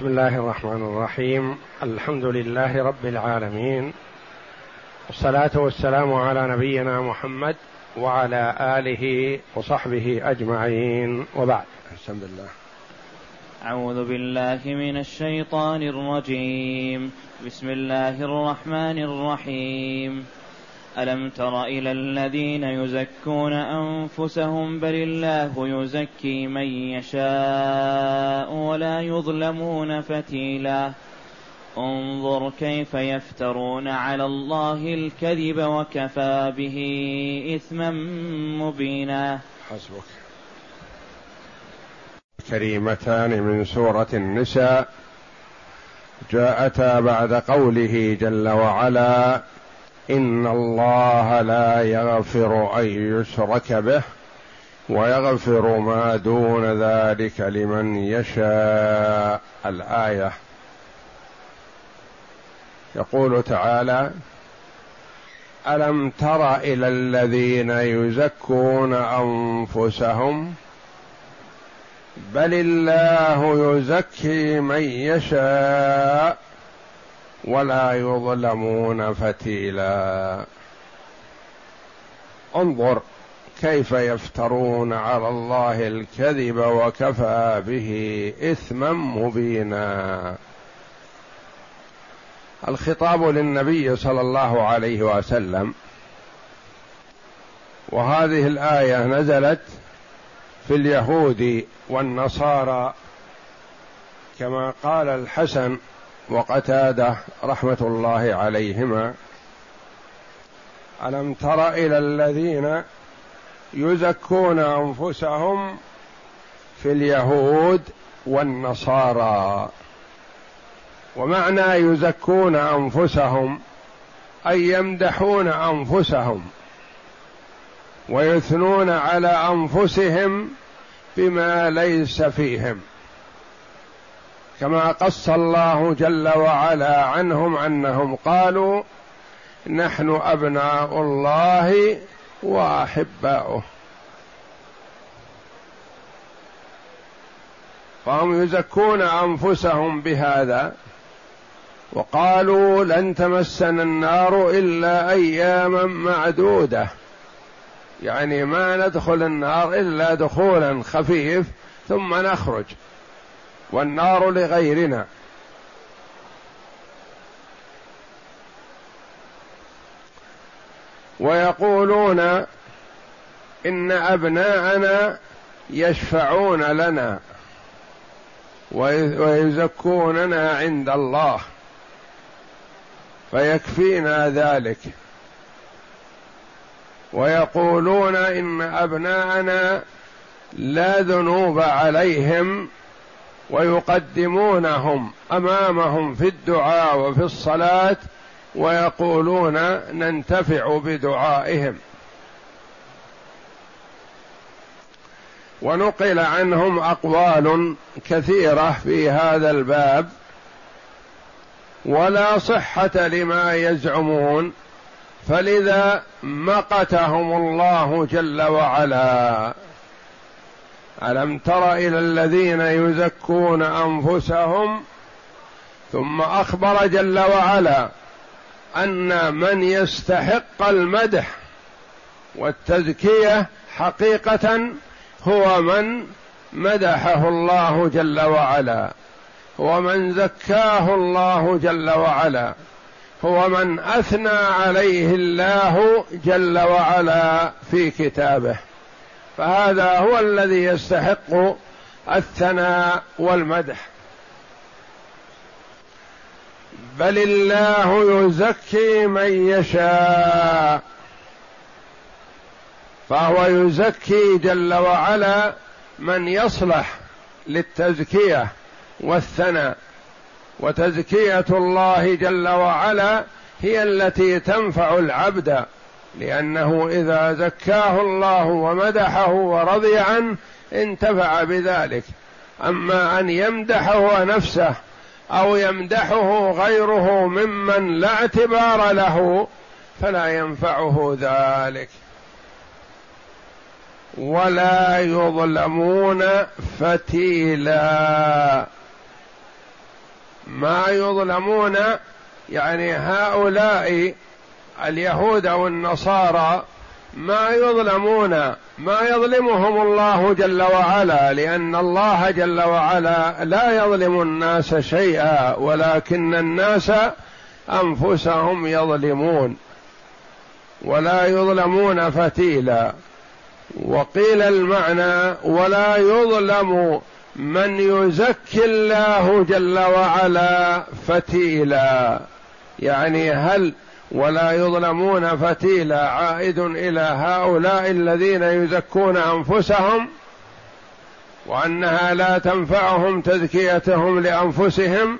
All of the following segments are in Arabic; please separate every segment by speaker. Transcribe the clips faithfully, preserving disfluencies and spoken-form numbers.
Speaker 1: بسم الله الرحمن الرحيم. الحمد لله رب العالمين، والصلاة والسلام على نبينا محمد وعلى آله وصحبه أجمعين، وبعد. بسم الله.
Speaker 2: أعوذ بالله من الشيطان الرجيم. بسم الله الرحمن الرحيم. ألم تر إلى الذين يزكون أنفسهم بل الله يزكي من يشاء ولا يظلمون فتيلا انظر كيف يفترون على الله الكذب وكفى به إثما مبينا.
Speaker 1: حسبك. كريمتان من سورة النساء جاءتا بعد قوله جل وعلا: إن الله لا يغفر أن يشرك به ويغفر ما دون ذلك لمن يشاء. الآية. يقول تعالى: ألم تر إلى الذين يزكون أنفسهم بل الله يزكي من يشاء ولا يظلمون فتيلا انظر كيف يفترون على الله الكذب وكفى به إثما مبينا. الخطاب للنبي صلى الله عليه وسلم، وهذه الآية نزلت في اليهود والنصارى كما قال الحسن وقتادة رحمة الله عليهما: ألم تر إلى الذين يزكون أنفسهم في اليهود والنصارى. ومعنى يزكون أنفسهم أي يمدحون أنفسهم ويثنون على أنفسهم بما ليس فيهم، كما قص الله جل وعلا عنهم أنهم قالوا: نحن أبناء الله وأحباؤه. فهم يزكون أنفسهم بهذا، وقالوا: لن تمسنا النار إلا أياما معدودة، يعني ما ندخل النار إلا دخولا خفيف ثم نخرج، والنار لغيرنا. ويقولون إن أبناءنا يشفعون لنا ويزكوننا عند الله فيكفينا ذلك. ويقولون إن أبناءنا لا ذنوب عليهم ويقدمونهم أمامهم في الدعاء وفي الصلاة، ويقولون ننتفع بدعائهم. ونقل عنهم أقوال كثيرة في هذا الباب، ولا صحة لما يزعمون، فلذا مقتهم الله جل وعلا. ألم تر إلى الذين يزكون أنفسهم، ثم أخبر جل وعلا أن من يستحق المدح والتزكية حقيقة هو من مدحه الله جل وعلا، هو من زكاه الله جل وعلا، هو من أثنى عليه الله جل وعلا في كتابه، فهذا هو الذي يستحق الثناء والمدح. بل الله يزكي من يشاء، فهو يزكي جل وعلا من يصلح للتزكية والثناء. وتزكية الله جل وعلا هي التي تنفع العبد، لأنه إذا زكاه الله ومدحه ورضي عنه انتفع بذلك. أما أن يمدحه نفسه أو يمدحه غيره ممن لا اعتبار له فلا ينفعه ذلك. ولا يظلمون فتيلا، ما يظلمون، يعني هؤلاء اليهود والنصارى ما يظلمون، ما يظلمهم الله جل وعلا، لأن الله جل وعلا لا يظلم الناس شيئا، ولكن الناس أنفسهم يظلمون، ولا يظلمون فتيلا. وقيل المعنى ولا يظلم من يزكي الله جل وعلا فتيلا، يعني هل ولا يظلمون فتيلا عائد إلى هؤلاء الذين يزكون أنفسهم، وأنها لا تنفعهم تزكيتهم لأنفسهم،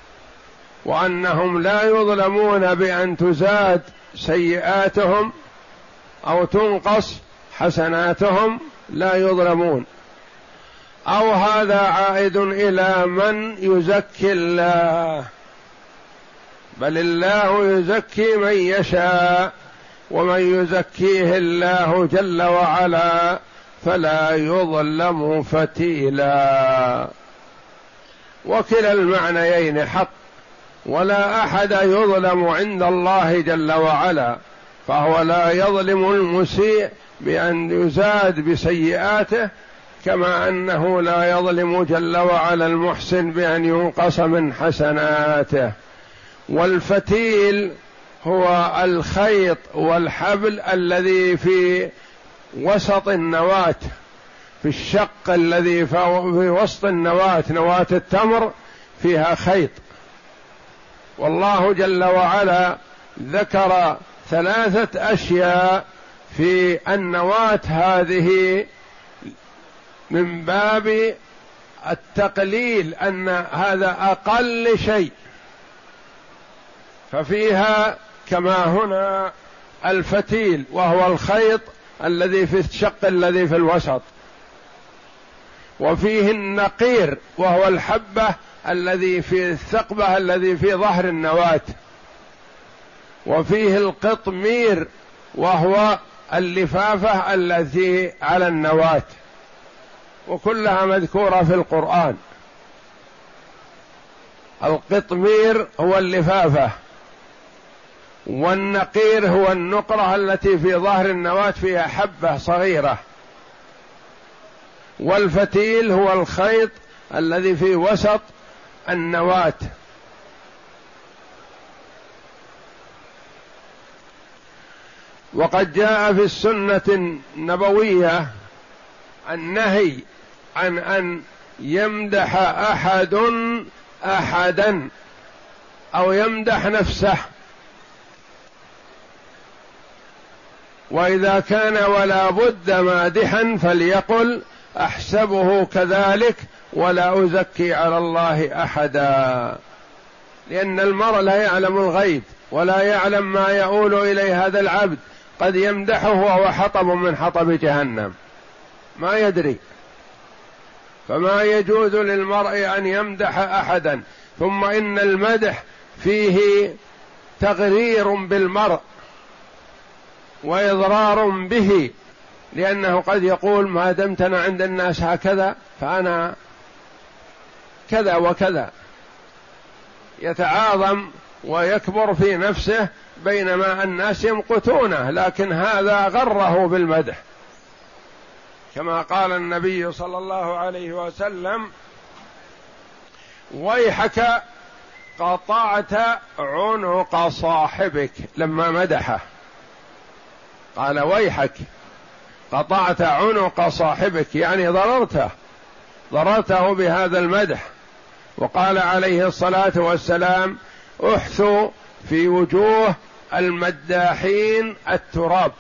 Speaker 1: وأنهم لا يظلمون بأن تزاد سيئاتهم أو تنقص حسناتهم، لا يظلمون. أو هذا عائد إلى من يزكي الله، بل الله يزكي من يشاء، ومن يزكيه الله جل وعلا فلا يظلم فتيلا. وكلا المعنيين حق، ولا أحد يظلم عند الله جل وعلا، فهو لا يظلم المسيء بأن يزاد بسيئاته، كما أنه لا يظلم جل وعلا المحسن بأن ينقص من حسناته. والفتيل هو الخيط والحبل الذي في وسط النواة، في الشق الذي في وسط النواة، نواة التمر فيها خيط. والله جل وعلا ذكر ثلاثة أشياء في النواة هذه من باب التقليل، أن هذا أقل شيء، ففيها كما هنا الفتيل وهو الخيط الذي في الشق الذي في الوسط، وفيه النقير وهو الحبة الذي في الثقبة الذي في ظهر النواة، وفيه القطمير وهو اللفافة التي على النواة، وكلها مذكورة في القرآن. القطمير هو اللفافة، والنقير هو النقرة التي في ظهر النواة فيها حبة صغيرة، والفتيل هو الخيط الذي في وسط النواة. وقد جاء في السنة النبوية النهي عن أن يمدح أحد أحدا أو يمدح نفسه، وإذا كان ولا بد مادحا فليقل أحسبه كذلك ولا أزكي على الله أحدا، لأن المرء لا يعلم الغيب ولا يعلم ما يؤول إليه هذا العبد، قد يمدحه وهو حطب من حطب جهنم، ما يدري. فما يجوز للمرء أن يمدح أحدا. ثم إن المدح فيه تغرير بالمرء وإضرار به، لأنه قد يقول ما دمت أنا عند الناس هكذا فأنا كذا وكذا، يتعاظم ويكبر في نفسه، بينما الناس يمقتونه، لكن هذا غره بالمدح، كما قال النبي صلى الله عليه وسلم: ويحك قطعت عنق صاحبك، لما مدحه قال ويحك قطعت عنق صاحبك، يعني ضررته ضررته بهذا المدح. وقال عليه الصلاة والسلام: احثوا في وجوه المداحين التراب.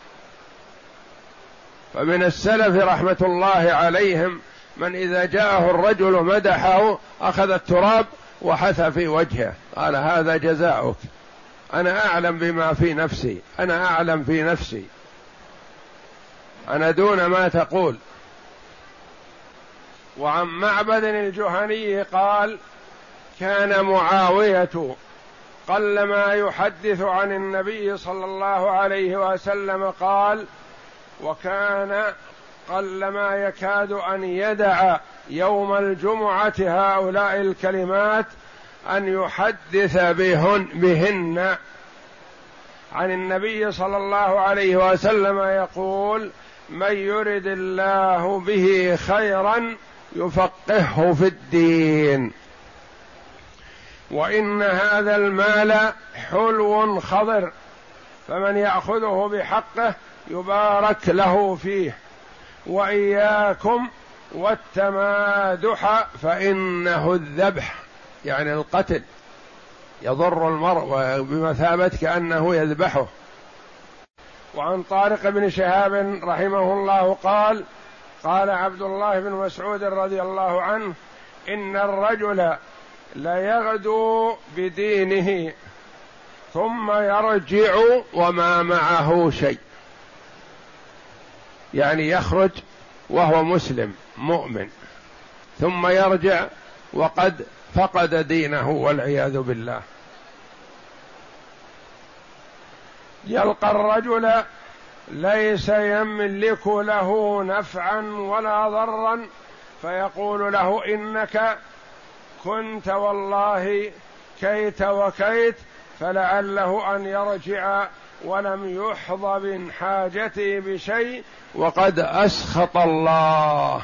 Speaker 1: فمن السلف رحمة الله عليهم من إذا جاءه الرجل مدحه أخذ التراب وحث في وجهه، قال: هذا جزاؤك، أنا أعلم بما في نفسي، أنا أعلم في نفسي، أنا دون ما تقول. وعن معبد الجهني قال: كان معاوية قلما يحدث عن النبي صلى الله عليه وسلم قال: وكان قلما يكاد أن يدع يوم الجمعة هؤلاء الكلمات: أن يحدث بهن, بهن عن النبي صلى الله عليه وسلم يقول: من يرد الله به خيرا يفقهه في الدين، وإن هذا المال حلو خضر، فمن يأخذه بحقه يبارك له فيه، وإياكم والتمادح فإنه الذبح، يعني القتل، يضر المرء بمثابة كأنه يذبحه. وعن طارق بن شهاب رحمه الله قال: قال عبد الله بن مسعود رضي الله عنه: إن الرجل ليغدو بدينه ثم يرجع وما معه شيء، يعني يخرج وهو مسلم مؤمن ثم يرجع وقد فقد دينه والعياذ بالله. يلقى الرجل ليس يملك له نفعا ولا ضرا فيقول له: إنك كنت والله كيت وكيت، فلعله أن يرجع ولم يحظ من حاجتي بشيء وقد أسخط الله.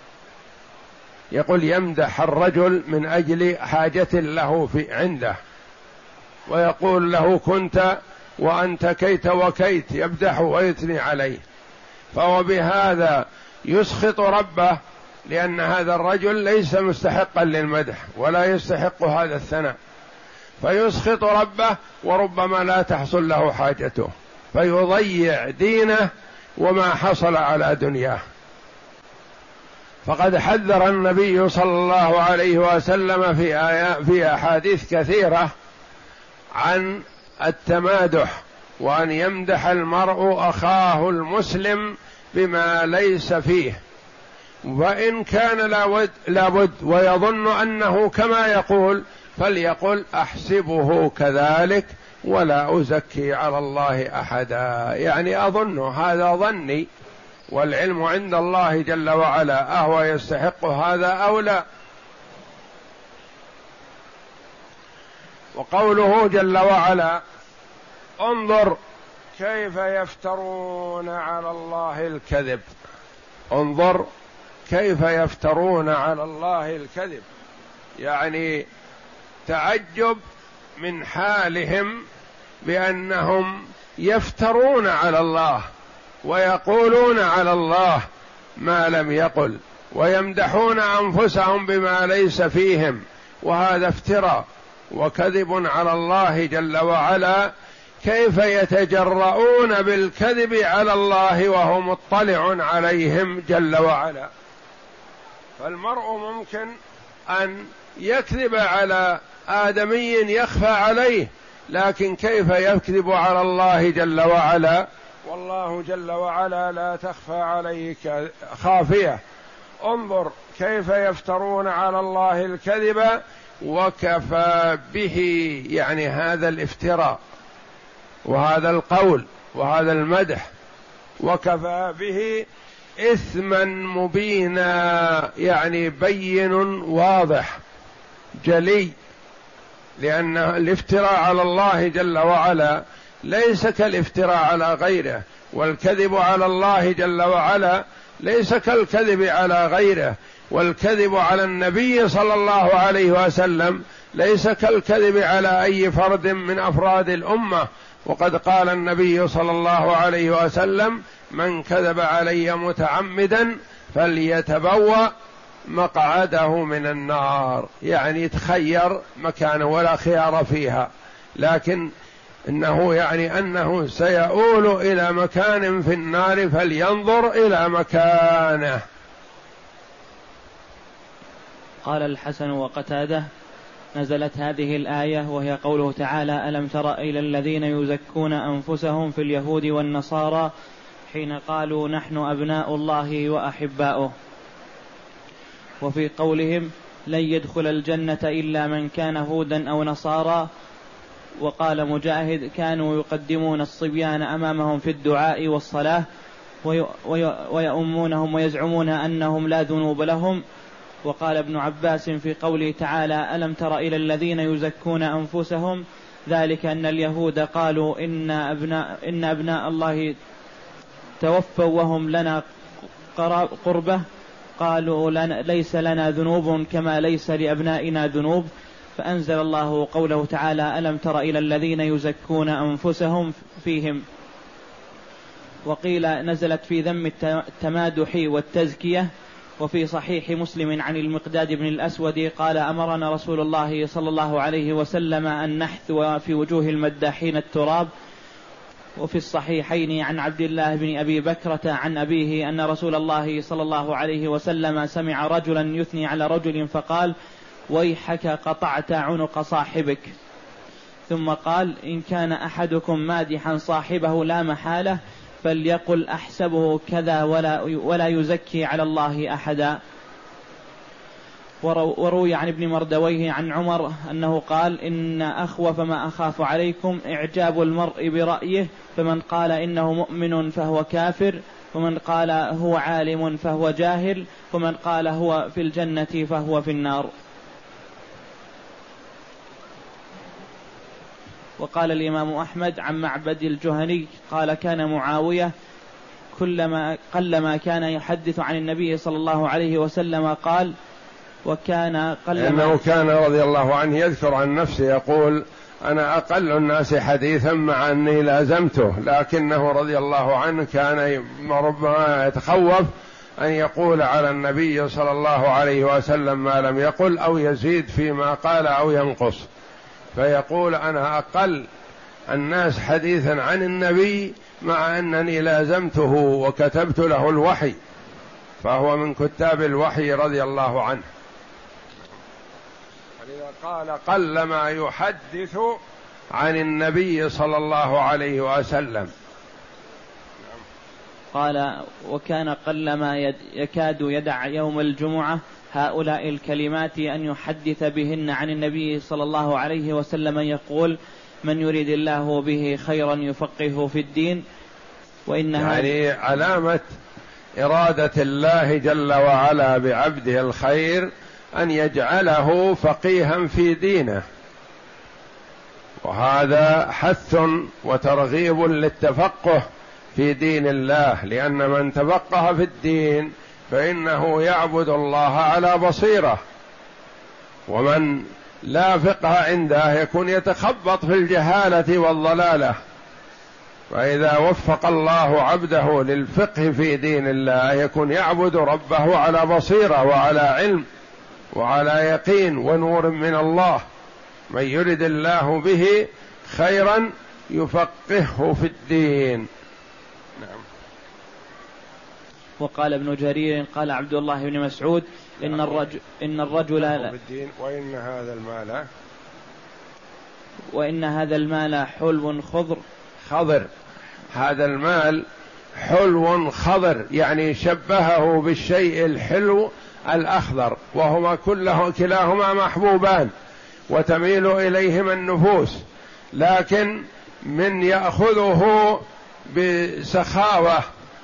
Speaker 1: يقول يمدح الرجل من أجل حاجة له في عنده، ويقول له: كنت وأنت كيت وكيت، يمدح ويثني عليه، فهو بهذا يسخط ربه، لأن هذا الرجل ليس مستحقا للمدح ولا يستحق هذا الثناء، فيسخط ربه وربما لا تحصل له حاجته، فيضيع دينه وما حصل على دنياه. فقد حذر النبي صلى الله عليه وسلم في آيات في أحاديث كثيرة عن التمادح، وأن يمدح المرء أخاه المسلم بما ليس فيه، وإن كان لابد ويظن أنه كما يقول فليقل: أحسبه كذلك ولا أزكي على الله أحدا، يعني أظن هذا ظني والعلم عند الله جل وعلا، أهو يستحق هذا أو لا. وقوله جل وعلا: انظر كيف يفترون على الله الكذب، انظر كيف يفترون على الله الكذب، يعني تعجب من حالهم بأنهم يفترون على الله ويقولون على الله ما لم يقل، ويمدحون أنفسهم بما ليس فيهم، وهذا افتراء وكذب على الله جل وعلا. كيف يتجرؤون بالكذب على الله وهو مطلع عليهم جل وعلا؟ فالمرء ممكن أن يكذب على آدمي يخفى عليه، لكن كيف يكذب على الله جل وعلا؟ والله جل وعلا لا تخفى عليه خافية. انظر كيف يفترون على الله الكذب وكفى به، يعني هذا الافتراء وهذا القول وهذا المدح، وكفى به إثما مبينا، يعني بين واضح جلي، لأن الافتراء على الله جل وعلا ليس كالافتراء على غيره، والكذب على الله جل وعلا ليس كالكذب على غيره، والكذب على النبي صلى الله عليه وسلم ليس كالكذب على أي فرد من أفراد الأمة. وقد قال النبي صلى الله عليه وسلم: من كذب علي متعمدا فليتبوأ مقعده من النار، يعني يتخير مكانه ولا خيار فيها، لكن إنه يعني أنه سيؤول إلى مكان في النار فلينظر إلى مكانه.
Speaker 2: قال الحسن وقتاده: نزلت هذه الآية وهي قوله تعالى: ألم تر إلى الذين يزكون أنفسهم في اليهود والنصارى حين قالوا نحن أبناء الله وأحباؤه. وفي قولهم: لن يدخل الجنة إلا من كان هودا أو نصارى. وقال مجاهد: كانوا يقدمون الصبيان أمامهم في الدعاء والصلاة ويؤمونهم ويزعمون أنهم لا ذنوب لهم، وقال ابن عباس في قوله تعالى ألم تر إلى الذين يزكون أنفسهم ذلك أن اليهود قالوا إن أبناء, إن أبناء الله توفوا وهم لنا قربة قالوا لنا ليس لنا ذنوب كما ليس لأبنائنا ذنوب، فأنزل الله قوله تعالى ألم تر إلى الذين يزكون أنفسهم فيهم. وقيل نزلت في ذم التمادح والتزكية. وفي صحيح مسلم عن المقداد بن الأسود قال أمرنا رسول الله صلى الله عليه وسلم أن نحثو في وجوه المداحين التراب. وفي الصحيحين عن عبد الله بن أبي بكرة عن أبيه أن رسول الله صلى الله عليه وسلم سمع رجلا يثني على رجل فقال ويحك قطعت عنق صاحبك، ثم قال إن كان أحدكم مادحا صاحبه لا محالة فليقل أحسبه كذا ولا, ولا يزكي على الله أحدا. وروي عن ابن مردويه عن عمر أنه قال إن أخوف ما أخاف عليكم إعجاب المرء برأيه، فمن قال إنه مؤمن فهو كافر، ومن قال هو عالم فهو جاهل، ومن قال هو في الجنة فهو في النار. وقال الإمام أحمد عن معبد الجهني قال كان معاوية كلما قلما كان يحدث عن النبي صلى الله عليه وسلم قال وكان قلما
Speaker 1: إنه كان رضي الله عنه يذكر عن نفسه يقول أنا أقل الناس حديثا مع أني لازمته، لكنه رضي الله عنه كان ربما يتخوف أن يقول على النبي صلى الله عليه وسلم ما لم يقل أو يزيد فيما قال أو ينقص، فيقول أنا أقل الناس حديثا عن النبي مع أنني لازمته وكتبت له الوحي، فهو من كتاب الوحي رضي الله عنه. فلذا قال قل ما يحدث عن النبي صلى الله عليه وسلم.
Speaker 2: قال وكان قل ما يكاد يدع يوم الجمعة هؤلاء الكلمات أن يحدث بهن عن النبي صلى الله عليه وسلم يقول من يريد الله به خيرا يفقهه في الدين. وإنها
Speaker 1: يعني علامة إرادة الله جل وعلا بعبده الخير أن يجعله فقيها في دينه، وهذا حث وترغيب للتفقه في دين الله، لأن من تفقه في الدين فإنه يعبد الله على بصيرة، ومن لا فقه عنده يكون يتخبط في الجهالة والضلالة. فإذا وفق الله عبده للفقه في دين الله يكون يعبد ربه على بصيرة وعلى علم وعلى يقين ونور من الله. من يرد الله به خيرا يفقهه في الدين. نعم.
Speaker 2: وقال ابن جرير قال عبد الله بن مسعود إن الرجل إن الرجل
Speaker 1: بالدين وإن هذا المال
Speaker 2: وإن هذا المال حلو خضر
Speaker 1: خضر هذا المال حلو خضر، يعني شبهه بالشيء الحلو الأخضر، وهما كله كلاهما محبوبان وتميل إليهما النفوس، لكن من يأخذه بسخاوة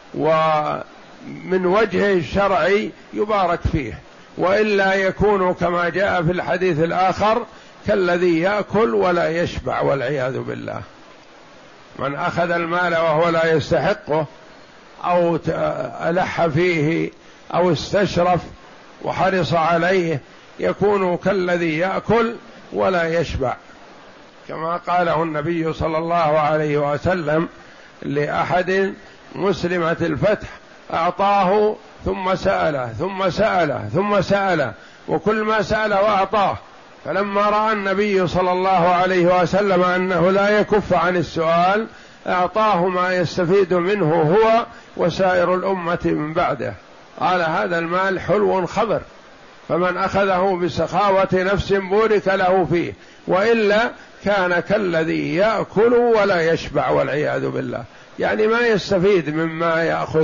Speaker 1: ومن وجه الشرعي يبارك فيه، وإلا يكون كما جاء في الحديث الآخر كالذي يأكل ولا يشبع والعياذ بالله. من أخذ المال وهو لا يستحقه أو ألح فيه أو استشرف وحرص عليه يكون كالذي يأكل ولا يشبع، كما قاله النبي صلى الله عليه وسلم لأحد مسلمة الفتح أعطاه ثم سأله ثم سأله ثم سأله وكل ما سأله وأعطاه، فلما رأى النبي صلى الله عليه وسلم أنه لا يكف عن السؤال أعطاه ما يستفيد منه هو وسائر الأمة من بعده. قال هذا المال حلو خضر، فمن أخذه بسخاوة نفس بورك له فيه، وإلا كان كالذي يأكل ولا يشبع والعياذ بالله، يعني ما يستفيد مما يأخذ.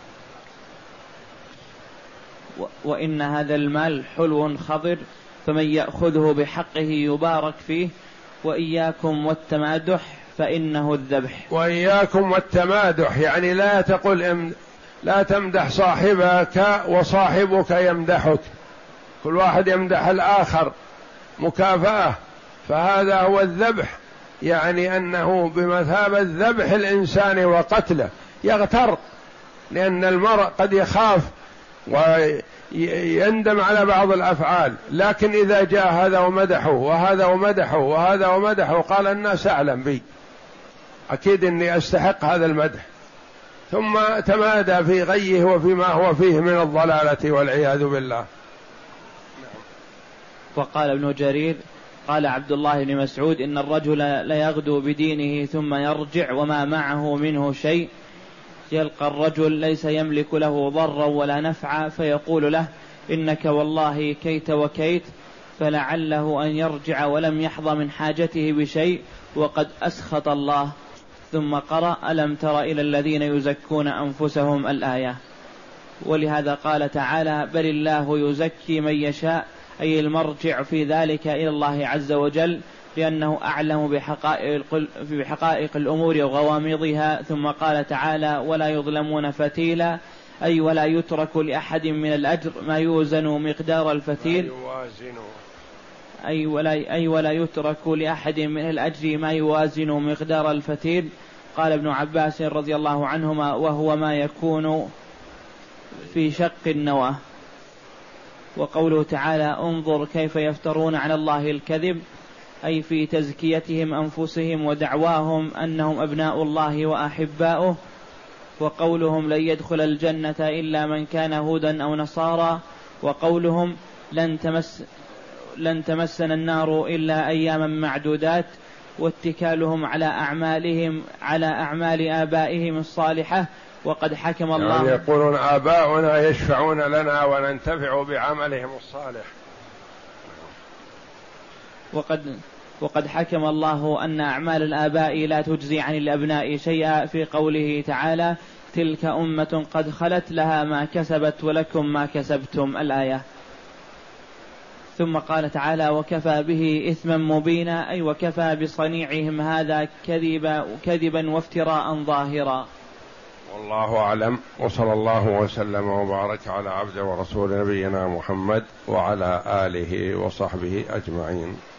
Speaker 2: وإن هذا المال حلو خضر فمن يأخذه بحقه يبارك فيه، وإياكم والتمادح فإنه الذبح.
Speaker 1: وإياكم والتمادح يعني لا تقل لا تمدح صاحبك وصاحبك يمدحك، كل واحد يمدح الآخر مكافأة، فهذا هو الذبح، يعني أنه بمثابة ذبح الإنسان وقتله، يغتر، لأن المرء قد يخاف ويندم على بعض الأفعال، لكن إذا جاء هذا ومدحه وهذا ومدحه وهذا ومدحه قال الناس أعلم بي، أكيد أني أستحق هذا المدح، ثم تمادى في غيه وفيما هو فيه من الضلالة والعياذ بالله.
Speaker 2: وقال ابن جرير قال عبد الله بن مسعود إن الرجل ليغدو بدينه ثم يرجع وما معه منه شيء، يلقى الرجل ليس يملك له ضرا ولا نفعا فيقول له إنك والله كيت وكيت، فلعله أن يرجع ولم يحظى من حاجته بشيء وقد أسخط الله. ثم قرأ ألم تر إلى الذين يزكون أنفسهم الآية. ولهذا قال تعالى بل الله يزكي من يشاء، أي المرجع في ذلك إلى الله عز وجل، لأنه أعلم بحقائق, بحقائق الأمور وغوامضها. ثم قال تعالى ولا يظلمون فتيلا، أي ولا يترك لأحد من الأجر ما يوزن مقدار الفتيل، أي ولا, أي ولا يترك لأحد من الأجر ما يوازن مقدار الفتيل. قال ابن عباس رضي الله عنهما وهو ما يكون في شق النواه. وقوله تعالى انظر كيف يفترون على الله الكذب، أي في تزكيتهم أنفسهم ودعواهم أنهم أبناء الله وأحباؤه. وقولهم لن يدخل الجنة إلا من كان هودا أو نصارى، وقولهم لن تمس لن تمسنا النار إلا أياما معدودات، واتكالهم على أعمالهم على أعمال آبائهم الصالحة. وقد حكم الله،
Speaker 1: يعني يقولون آباؤنا يشفعون لنا وننتفع بعملهم الصالح.
Speaker 2: وقد وقد حكم الله أن أعمال الآباء لا تجزي عن الأبناء شيئا في قوله تعالى تلك أمة قد خلت لها ما كسبت ولكم ما كسبتم الآية. ثم قال تعالى وكفى به إثما مبينا، أي وكفى بصنيعهم هذا كذبا, كذبا وافتراء ظاهرا.
Speaker 1: والله أعلم، وصلى الله وسلم وبارك على عبد ورسول نبينا محمد وعلى آله وصحبه أجمعين.